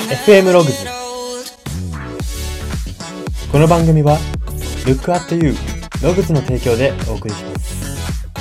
FM ログズ。この番組は Look at You ログズの提供でお送りします。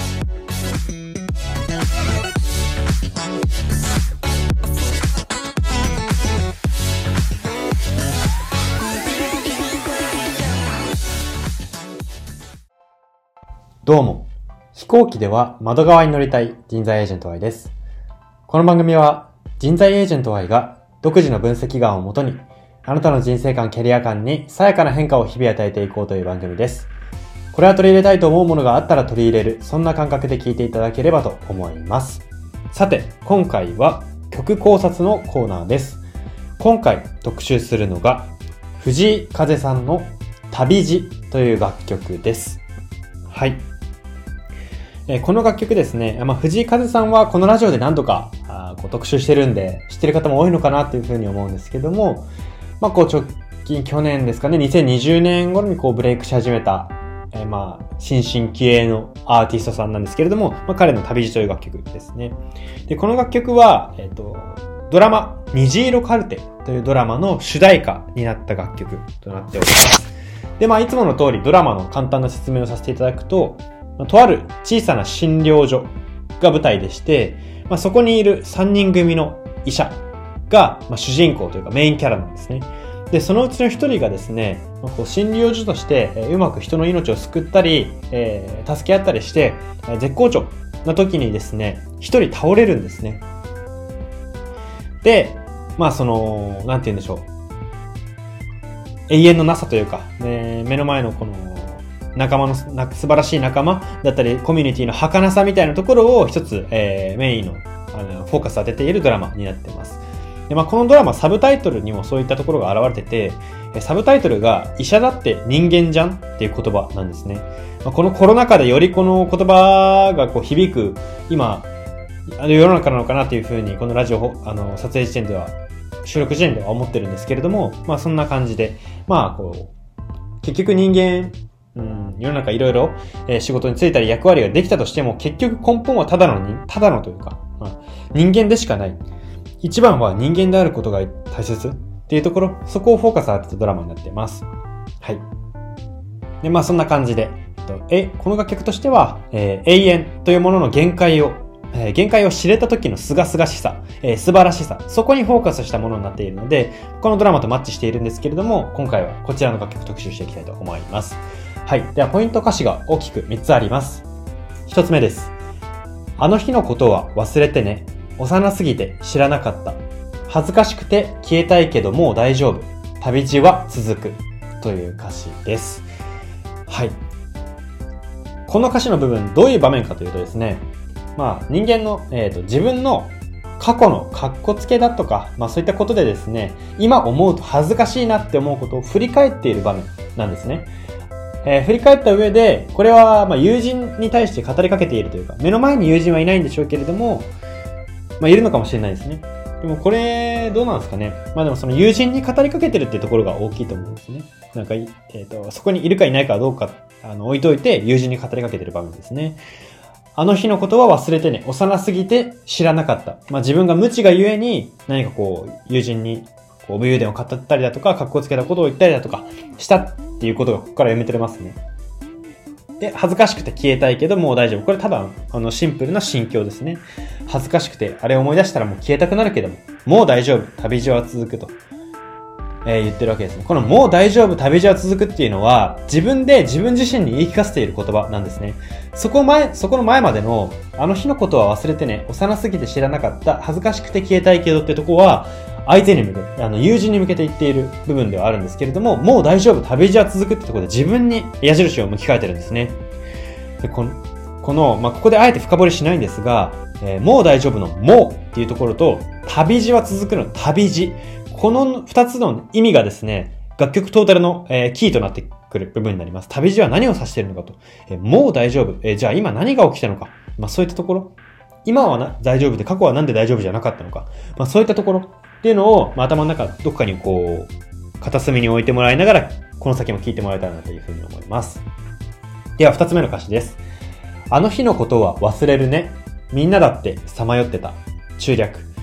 どうも、飛行機では窓側に乗りたい人材エージェント Y です。この番組は人材エージェント Y が独自の分析眼をもとにあなたの人生観、キャリア観にさやかな変化を日々与えていこうという番組です。これは取り入れたいと思うものがあったら取り入れる、そんな感覚で聞いていただければと思います。さて、今回は曲考察のコーナーです。今回特集するのが藤井風さんの旅路という楽曲です。はい。この楽曲ですね、藤井風さんはこのラジオで何度か特集してるんで知ってる方も多いのかなというふうに思うんですけども、直近去年ですかね、2020年頃にブレイクし始めた、新進気鋭のアーティストさんなんですけれども、彼の旅路という楽曲ですね。で、この楽曲は、ドラマ、虹色カルテというドラマの主題歌になった楽曲となっております。で、いつもの通りドラマの簡単な説明をさせていただくと、とある小さな診療所が舞台でして、そこにいる3人組の医者が、主人公というかメインキャラなんですね。で、そのうちの1人がですね、診療所として、うまく人の命を救ったり、助け合ったりして、絶好調な時にですね、1人倒れるんですね。で、なんて言うんでしょう。永遠のなさというか、目の前のこの、仲間の、素晴らしい仲間だったり、コミュニティの儚さみたいなところを一つ、メインの、フォーカス当てているドラマになっています。で、このドラマ、サブタイトルにもそういったところが現れてて、サブタイトルが、医者だって人間じゃんっていう言葉なんですね。このコロナ禍でよりこの言葉が響く、今、世の中なのかなというふうに、このラジオ、撮影時点では、収録時点では思ってるんですけれども、そんな感じで、結局人間、世の中いろいろ仕事に就いたり役割ができたとしても、結局根本はただのというか、人間でしかない。一番は人間であることが大切っていうところ、そこをフォーカス当てたドラマになっています。はい。で、そんな感じで、この楽曲としては、永遠というものの限界を知れた時の清々しさ、素晴らしさ、そこにフォーカスしたものになっているので、このドラマとマッチしているんですけれども、今回はこちらの楽曲特集していきたいと思います。はい。では、ポイント歌詞が大きく3つあります。1つ目です。あの日のことは忘れてね。幼すぎて知らなかった。恥ずかしくて消えたいけどもう大丈夫。旅路は続く。という歌詞です。はい。この歌詞の部分、どういう場面かというとですね、人間の、自分の過去のカッコつけだとか、そういったことでですね、今思うと恥ずかしいなって思うことを振り返っている場面なんですね。振り返った上で、これは友人に対して語りかけているというか、目の前に友人はいないんでしょうけれども、いるのかもしれないですね。でもこれ、どうなんですかね。でもその友人に語りかけてるっていうところが大きいと思うんですね。そこにいるかいないかどうか、置いといて友人に語りかけてる場面ですね。あの日のことは忘れてね。幼すぎて知らなかった。自分が無知がゆえに、何か友人に、武勇伝を語ったりだとか、格好つけたことを言ったりだとか、したっていうことがここから読めてれますね。で、恥ずかしくて消えたいけどもう大丈夫。これただ、シンプルな心境ですね。恥ずかしくて、あれを思い出したらもう消えたくなるけども、もう大丈夫。旅路は続くと。言ってるわけですね。このもう大丈夫、旅路は続くっていうのは、自分で自分自身に言い聞かせている言葉なんですね。そこの前までの、あの日のことは忘れてね、幼すぎて知らなかった、恥ずかしくて消えたいけどってとこは、相手に向けて、友人に向けて言っている部分ではあるんですけれども、もう大丈夫、旅路は続くってところで自分に矢印を向き換えてるんですね。でここであえて深掘りしないんですが、もう大丈夫のもうっていうところと、旅路は続くの旅路。この2つの意味がですね、楽曲トータルの、キーとなってくる部分になります。旅路は何を指しているのかと。もう大丈夫。じゃあ今何が起きたのか。そういったところ。今は大丈夫で過去はなんで大丈夫じゃなかったのか。そういったところっていうのを、頭の中どっかに片隅に置いてもらいながら、この先も聞いてもらえたらなというふうに思います。では2つ目の歌詞です。あの日のことは忘れるね。みんなだってさまよってた。中略。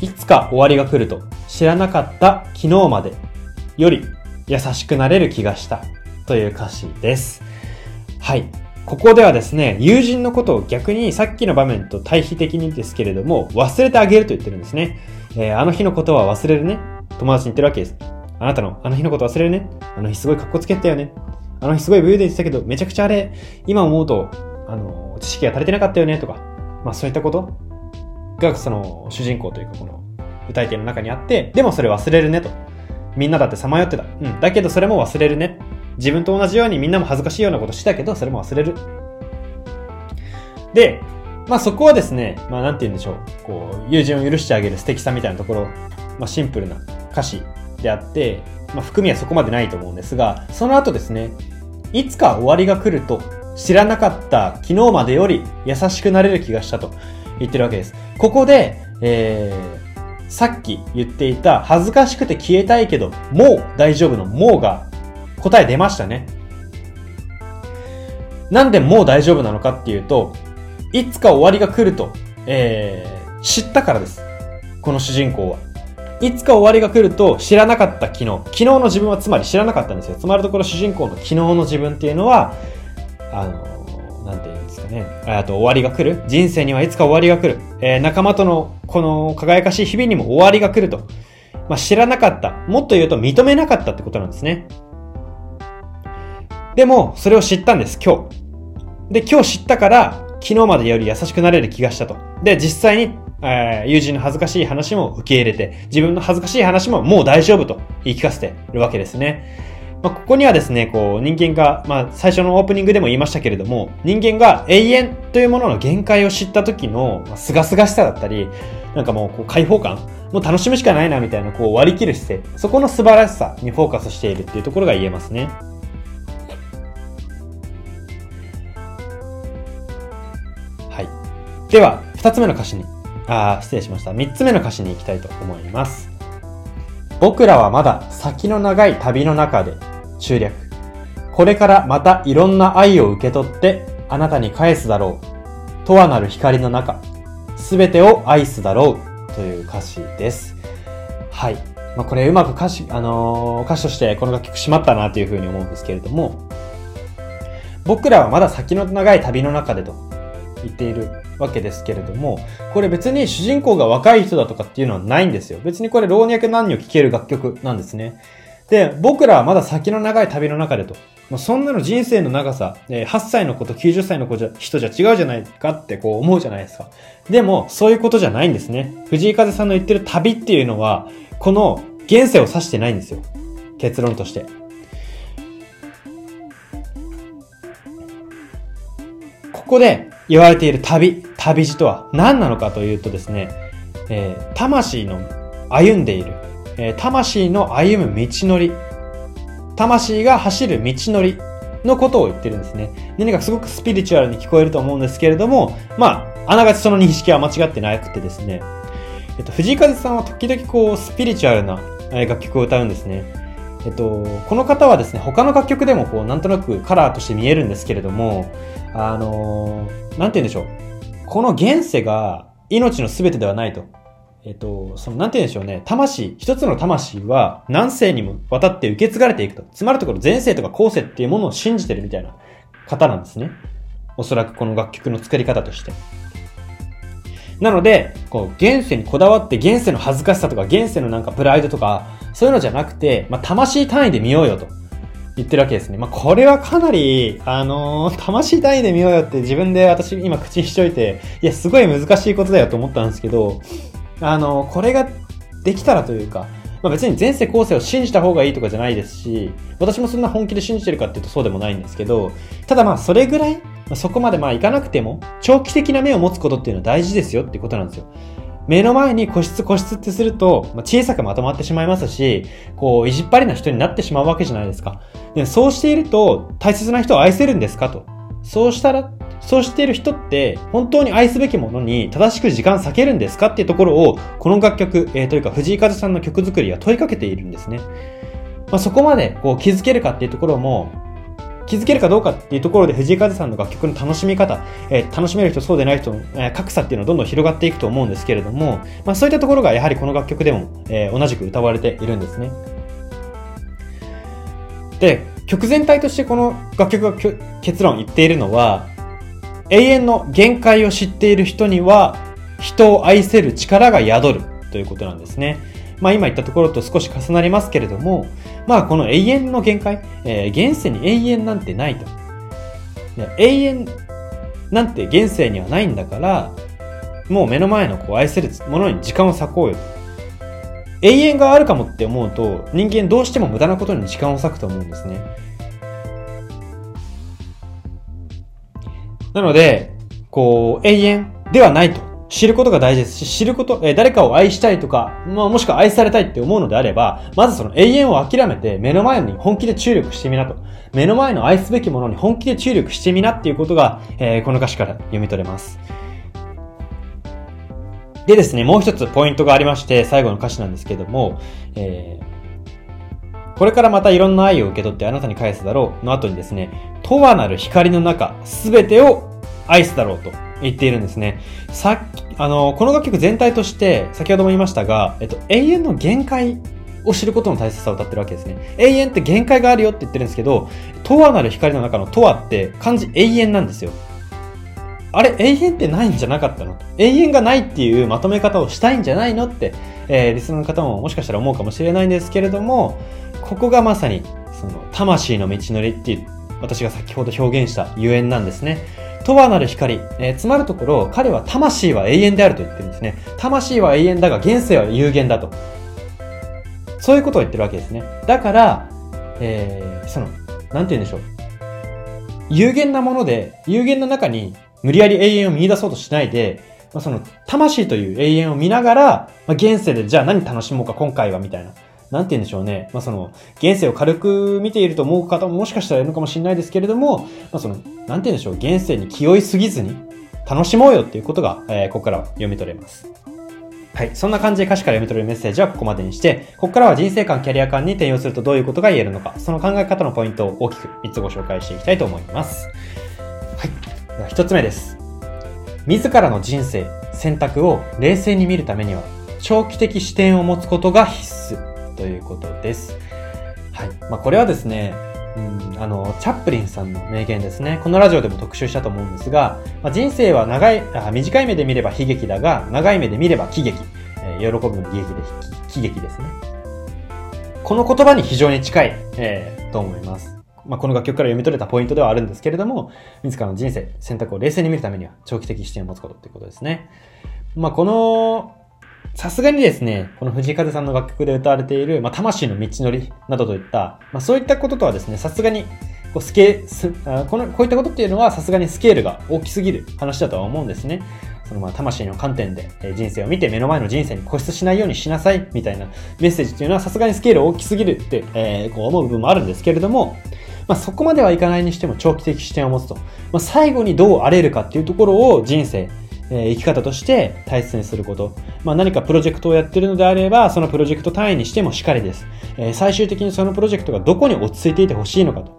いつか終わりが来ると知らなかった昨日までより優しくなれる気がしたという歌詞です。はい。ここではですね、友人のことを逆にさっきの場面と対比的にですけれども、忘れてあげると言ってるんですね。あの日のことは忘れるね。友達に言ってるわけです。あなたのあの日のこと忘れるね。あの日すごいカッコつけてたよね。あの日すごい武勇伝してたけど、めちゃくちゃあれ、今思うと、知識が足りてなかったよねとか、そういったことがその主人公というかこの歌い手の中にあって、でもそれ忘れるねと。みんなだってさまよってた。だけどそれも忘れるね。自分と同じようにみんなも恥ずかしいようなことしたけど、それも忘れる。で、そこはですね、なんて言うんでしょう。友人を許してあげる素敵さみたいなところ、シンプルな歌詞であって、含みはそこまでないと思うんですが、その後ですね、いつか終わりが来ると知らなかった昨日までより優しくなれる気がしたと言ってるわけです。ここで、さっき言っていた恥ずかしくて消えたいけど、もう大丈夫のもうが答え出ましたね。なんでもう大丈夫なのかっていうと、いつか終わりが来ると、知ったからです。この主人公は。いつか終わりが来ると知らなかった昨日の自分はつまり知らなかったんですよ。つまるところ主人公の昨日の自分っていうのは、なんていうんですかね。終わりが来る。人生にはいつか終わりが来る。仲間とのこの輝かしい日々にも終わりが来ると。知らなかった。もっと言うと認めなかったってことなんですね。でも、それを知ったんです、今日。で、今日知ったから、昨日までより優しくなれる気がしたと。で、実際に、友人の恥ずかしい話も受け入れて、自分の恥ずかしい話ももう大丈夫と言い聞かせているわけですね。ここにはですね、人間が、最初のオープニングでも言いましたけれども、人間が永遠というものの限界を知った時の、清々しさだったり、開放感、もう楽しむしかないなみたいな、割り切る姿勢、そこの素晴らしさにフォーカスしているっていうところが言えますね。はい。では、二つ目の歌詞に、失礼しました。三つ目の歌詞に行きたいと思います。僕らはまだ先の長い旅の中で、中略。これからまたいろんな愛を受け取ってあなたに返すだろう。とはなる光の中、すべてを愛すだろう。という歌詞です。はい。これうまく歌詞としてこの楽曲締まったなというふうに思うんですけれども、僕らはまだ先の長い旅の中でと言っているわけですけれども、これ別に主人公が若い人だとかっていうのはないんですよ。別にこれ老若男女聴ける楽曲なんですね。で、僕らはまだ先の長い旅の中でと。そんなの人生の長さ、8歳の子と90歳の人じゃ違うじゃないかって思うじゃないですか。でも、そういうことじゃないんですね。藤井風さんの言ってる旅っていうのは、この現世を指してないんですよ。結論として。ここで言われている旅路とは何なのかというとですね、魂の歩んでいる、魂の歩む道のり、魂が走る道のりのことを言ってるんですね。何かすごくスピリチュアルに聞こえると思うんですけれども、あながちその認識は間違ってなくてですね、藤井風さんは時々スピリチュアルな楽曲を歌うんですね。この方はですね、他の楽曲でもなんとなくカラーとして見えるんですけれども、なんて言うんでしょう。この現世が命の全てではないと。なんて言うんでしょうね。一つの魂は何世にもわたって受け継がれていくと。つまるところ前世とか後世っていうものを信じてるみたいな方なんですね。おそらくこの楽曲の作り方として。なので、現世にこだわって現世の恥ずかしさとか現世のプライドとか、そういうのじゃなくて、魂単位で見ようよと言ってるわけですね。これはかなり、魂単位で見ようよって自分で私今口にしといて、いや、すごい難しいことだよと思ったんですけど、これができたらというか、別に前世後世を信じた方がいいとかじゃないですし、私もそんな本気で信じてるかっていうとそうでもないんですけど、ただそれぐらい、そこまでいかなくても、長期的な目を持つことっていうのは大事ですよっていうことなんですよ。目の前に個室ってすると、小さくまとまってしまいますし、意地っ張りな人になってしまうわけじゃないですか。で、そうしていると、大切な人を愛せるんですかと。そうしている人って、本当に愛すべきものに正しく時間割けるんですかっていうところを、この楽曲、というか藤井風さんの曲作りは問いかけているんですね。そこまで気づけるかっていうところも、 気づけるかどうかっていうところで藤井風さんの楽曲の楽しみ方、楽しめる人そうでない人の、格差っていうのはどんどん広がっていくと思うんですけれども、そういったところがやはりこの楽曲でも、同じく歌われているんですね。で、曲全体としてこの楽曲が結論言っているのは、永遠の限界を知っている人には人を愛せる力が宿るということなんですね。今言ったところと少し重なりますけれども、この永遠の限界、現世に永遠なんてないと。永遠なんて現世にはないんだから、もう目の前の愛せるものに時間を割こうよ。永遠があるかもって思うと、人間どうしても無駄なことに時間を割くと思うんですね。なので、永遠ではないと。知ることが大事ですし、知ること、誰かを愛したいとか、もしくは愛されたいって思うのであれば、まずその永遠を諦めて目の前に本気で注力してみなと。目の前の愛すべきものに本気で注力してみなっていうことが、この歌詞から読み取れます。でですね、もう一つポイントがありまして、最後の歌詞なんですけども、これからまたいろんな愛を受け取ってあなたに返すだろうの後にですね、永遠なる光の中、すべてを愛すだろうと言っているんですね。この楽曲全体として、先ほども言いましたが、永遠の限界を知ることの大切さを歌ってるわけですね。永遠って限界があるよって言ってるんですけど、永遠なる光の中の永って漢字永遠なんですよ。あれ、永遠ってないんじゃなかったの？永遠がないっていうまとめ方をしたいんじゃないのって、リスナーの方ももしかしたら思うかもしれないんですけれども、ここがまさに、魂の道のりっていう、私が先ほど表現したゆえんなんですね。永遠なる光、つまるところ、彼は魂は永遠であると言ってるんですね。魂は永遠だが、現世は有限だと。そういうことを言ってるわけですね。だから、なんて言うんでしょう。有限なもので、有限の中に無理やり永遠を見出そうとしないで、魂という永遠を見ながら、現世でじゃあ何楽しもうか今回はみたいな。なんて言うんでしょうね。現世を軽く見ていると思う方ももしかしたらいるのかもしれないですけれども、なんて言うんでしょう。現世に気負いすぎずに楽しもうよっていうことが、ここからは読み取れます。はい。そんな感じで歌詞から読み取れるメッセージはここまでにして、ここからは人生観、キャリア観に転用するとどういうことが言えるのか、その考え方のポイントを大きく3つご紹介していきたいと思います。はい。では1つ目です。自らの人生、選択を冷静に見るためには、長期的視点を持つことが必須。ということです。はい。これはですね、チャップリンさんの名言ですね。このラジオでも特集したと思うんですが、人生は短い目で見れば悲劇だが、長い目で見れば喜劇。喜ぶの喜劇で喜劇ですね。この言葉に非常に近い、と思います。この楽曲から読み取れたポイントではあるんですけれども、自らの人生、選択を冷静に見るためには長期的視点を持つことということですね。さすがにですね、この藤井風さんの楽曲で歌われている、魂の道のりなどといった、そういったこととはですね、さすがに、こういったことっていうのはさすがにスケールが大きすぎる話だとは思うんですね。魂の観点で人生を見て目の前の人生に固執しないようにしなさいみたいなメッセージっていうのはさすがにスケール大きすぎるって、こう思う部分もあるんですけれども、そこまではいかないにしても長期的視点を持つと。最後にどうあれるかっていうところを人生、生き方として大切にすること。何かプロジェクトをやっているのであれば、そのプロジェクト単位にしてもしかりです。最終的にそのプロジェクトがどこに落ち着いていてほしいのかと。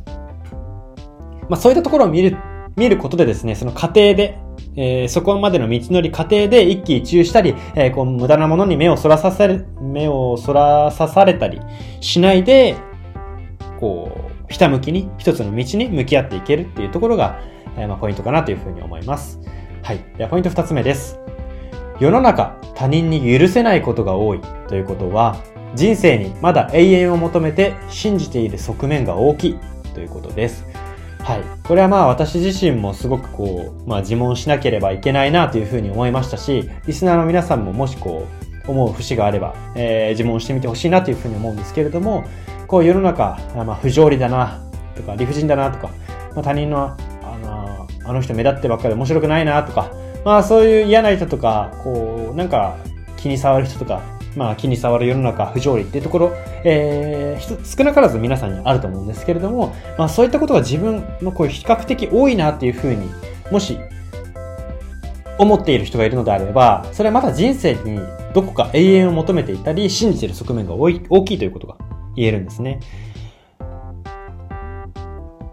そういったところを見ることでですね、その過程で、そこまでの道のり過程で一喜一憂したり、無駄なものに目をそらさされたりしないで、ひたむきに一つの道に向き合っていけるっていうところが、ポイントかなというふうに思います。はい。ではポイント2つ目です。世の中、他人に許せないことが多いということは、人生にまだ永遠を求めて信じている側面が大きいということです。はい。これは私自身もすごく自問しなければいけないなというふうに思いましたし、リスナーの皆さんももし思う節があれば、自問してみてほしいなというふうに思うんですけれども、世の中、不条理だなとか理不尽だなとか、他人のあの人目立ってばっかり面白くないなとか、そういう嫌な人とか、なんか気に障る人とか、気に障る世の中、不条理っていうところ、少なからず皆さんにあると思うんですけれども、そういったことが自分の比較的多いなっていうふうに、もし思っている人がいるのであれば、それはまだ人生にどこか永遠を求めていたり、信じている側面が大きいということが言えるんですね。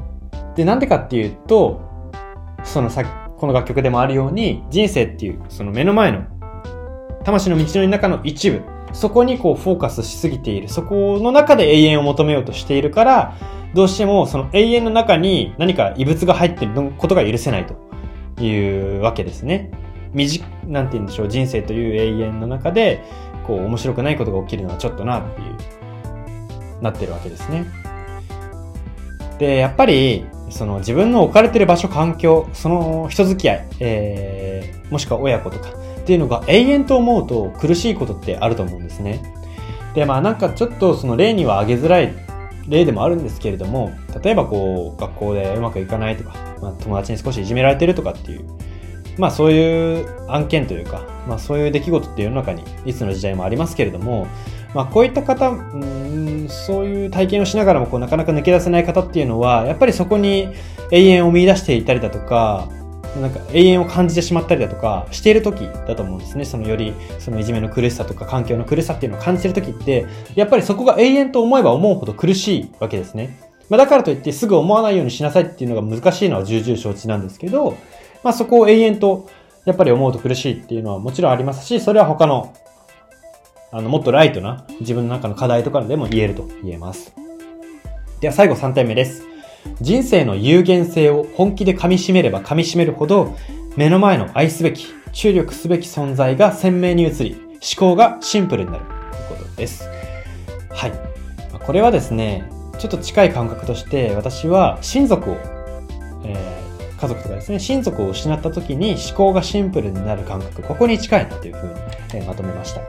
で、なんでかっていうと、この楽曲でもあるように、人生っていう、その目の前の、魂の道のりの中の一部、そこにこうフォーカスしすぎている。そこの中で永遠を求めようとしているから、どうしてもその永遠の中に何か異物が入っていることが許せないというわけですね。なんて言うんでしょう、人生という永遠の中で、こう面白くないことが起きるのはちょっとなっていう、なってるわけですね。で、やっぱり、その自分の置かれている場所、環境、その人付き合い、もしくは親子とかっていうのが永遠と思うと苦しいことってあると思うんですね。で、なんかちょっとその例には挙げづらい例でもあるんですけれども、例えばこう、学校でうまくいかないとか、友達に少しいじめられてるとかっていう、そういう案件というか、そういう出来事って世の中にいつの時代もありますけれども、こういった方、そういう体験をしながらもなかなか抜け出せない方っていうのは、やっぱりそこに永遠を見出していたりだとか、なんか永遠を感じてしまったりだとかしている時だと思うんですね。よりそのいじめの苦しさとか環境の苦しさっていうのを感じている時って、やっぱりそこが永遠と思えば思うほど苦しいわけですね。だからといってすぐ思わないようにしなさいっていうのが難しいのは重々承知なんですけど、そこを永遠とやっぱり思うと苦しいっていうのはもちろんありますし、それは他のもっとライトな自分の中の課題とかでも言えます。では最後3点目です。人生の有限性を本気で噛み締めれば噛み締めるほど、目の前の愛すべき、注力すべき存在が鮮明に映り、思考がシンプルになるということです。はい。これはですね、ちょっと近い感覚として、私は親族を、家族とかですね、親族を失った時に思考がシンプルになる感覚、ここに近いなというふうに、まとめました。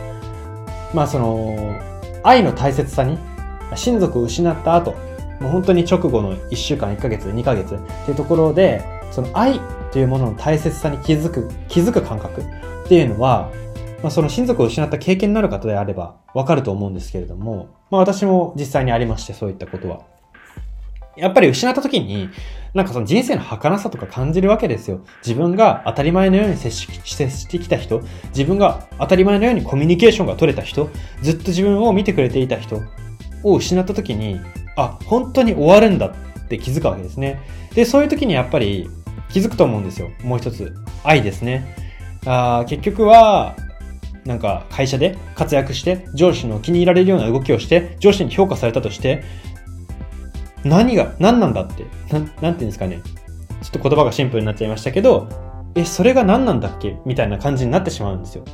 愛の大切さに、親族を失った後、もう本当に直後の1週間、1ヶ月、2ヶ月っていうところで、その愛というものの大切さに気づく感覚っていうのは、その親族を失った経験のある方であればわかると思うんですけれども、私も実際にありまして、そういったことは。やっぱり失った時に、なんかその人生の儚さとか感じるわけですよ。自分が当たり前のように接してきた人、自分が当たり前のようにコミュニケーションが取れた人、ずっと自分を見てくれていた人を失った時に、本当に終わるんだって気づくわけですね。で、そういう時にやっぱり気づくと思うんですよ。もう一つ。愛ですね。結局は、なんか会社で活躍して、上司の気に入られるような動きをして、上司に評価されたとして、何なんだって、なんていうんですかね。ちょっと言葉がシンプルになっちゃいましたけど、それが何なんだっけみたいな感じになってしまうんですよ。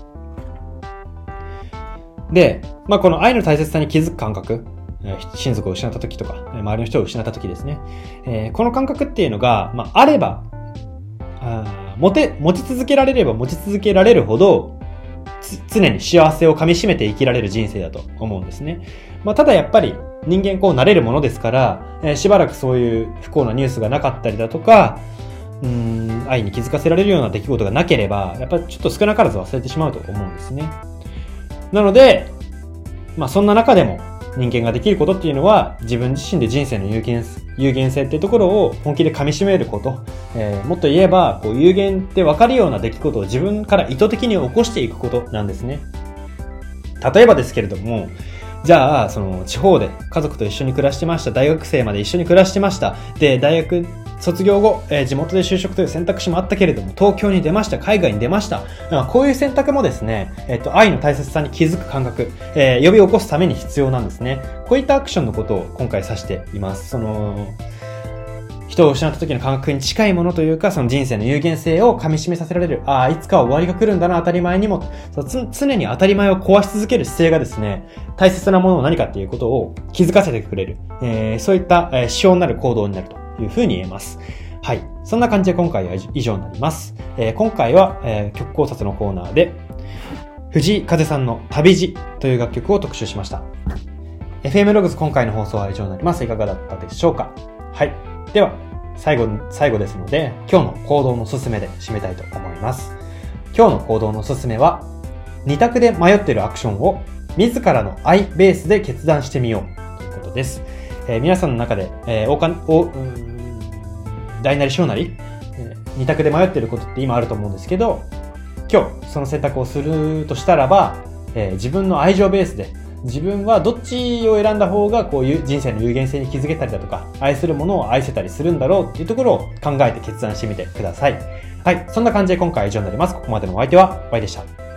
で、この愛の大切さに気づく感覚、親族を失った時とか、周りの人を失った時ですね。この感覚っていうのが、あれば、持ち続けられれば持ち続けられるほど、常に幸せを噛み締めて生きられる人生だと思うんですね。ただやっぱり人間慣れるものですから、しばらくそういう不幸なニュースがなかったりだとか、愛に気づかせられるような出来事がなければ、やっぱりちょっと少なからず忘れてしまうと思うんですね。なので、そんな中でも人間ができることっていうのは、自分自身で人生の有限性っていうところを本気で噛み締めること。もっと言えば、有限って分かるような出来事を自分から意図的に起こしていくことなんですね。例えばですけれども、じゃあ、その地方で家族と一緒に暮らしてました。大学生まで一緒に暮らしてました。で、大学卒業後、地元で就職という選択肢もあったけれども、東京に出ました。海外に出ました。こういう選択もですね、愛の大切さに気づく感覚、呼び起こすために必要なんですね。こういったアクションのことを今回指しています。人を失った時の感覚に近いものというか、その人生の有限性を噛み締めさせられる。いつかは終わりが来るんだな、当たり前にも。常に当たり前を壊し続ける姿勢がですね、大切なものは何かっていうことを気づかせてくれる。そういった、指標になる行動になるというふうに言えます。はい。そんな感じで今回は以上になります。今回は、曲考察のコーナーで、藤井風さんの旅路という楽曲を特集しました。FM ログズ今回の放送は以上になります。いかがだったでしょうか？はい。では、最後ですので、今日の行動のすすめで締めたいと思います。今日の行動のすすめは、2択で迷っているアクションを自らの愛ベースで決断してみようということです。皆さんの中で、大なり小なり、2択で迷っていることって今あると思うんですけど、今日その選択をするとしたらば、自分の愛情ベースで自分はどっちを選んだ方がこういう人生の有限性に気づけたりだとか、愛するものを愛せたりするんだろうっていうところを考えて決断してみてください。はい。そんな感じで今回は以上になります。ここまでのお相手は、Yでした。